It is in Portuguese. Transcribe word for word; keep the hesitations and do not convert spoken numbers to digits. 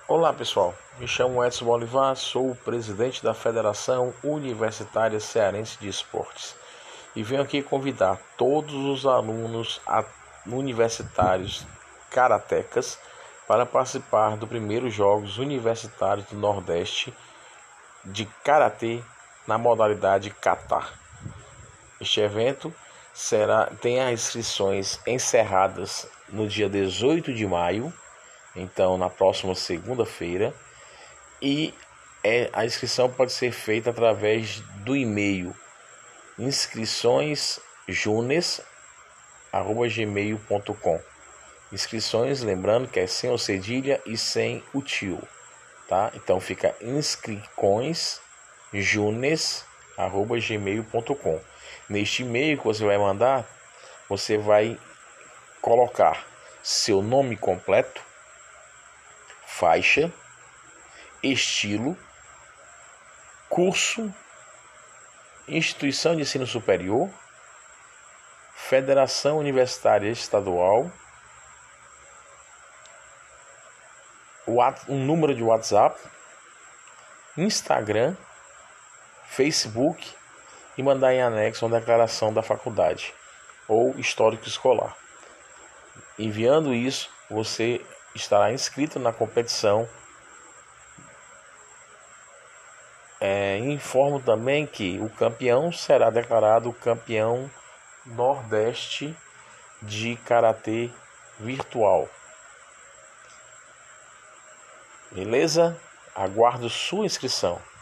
Olá pessoal, me chamo Edson Bolivar, sou o presidente da Federação Universitária Cearense de Esportes e venho aqui convidar todos os alunos universitários karatecas para participar do primeiro Jogos Universitários do Nordeste de Karatê na modalidade Kata. Este evento será, tem as inscrições encerradas no dia dezoito de maio, então na próxima segunda-feira, e é, a inscrição pode ser feita através do e-mail inscriçõesjunes arroba gmail ponto com. Inscrições, lembrando que é sem o cedilha e sem o tio, tá? Então fica inscriçõesjunes arroba gmail ponto com. Neste e-mail que você vai mandar, você vai colocar seu nome completo, faixa, estilo, curso, instituição de ensino superior, Federação Universitária Estadual, um número de WhatsApp, Instagram, Facebook e mandar em anexo uma declaração da faculdade ou histórico escolar. Enviando isso, você estará inscrito na competição. É, informo também que o campeão será declarado campeão Nordeste de Karatê virtual. Beleza? Aguardo sua inscrição.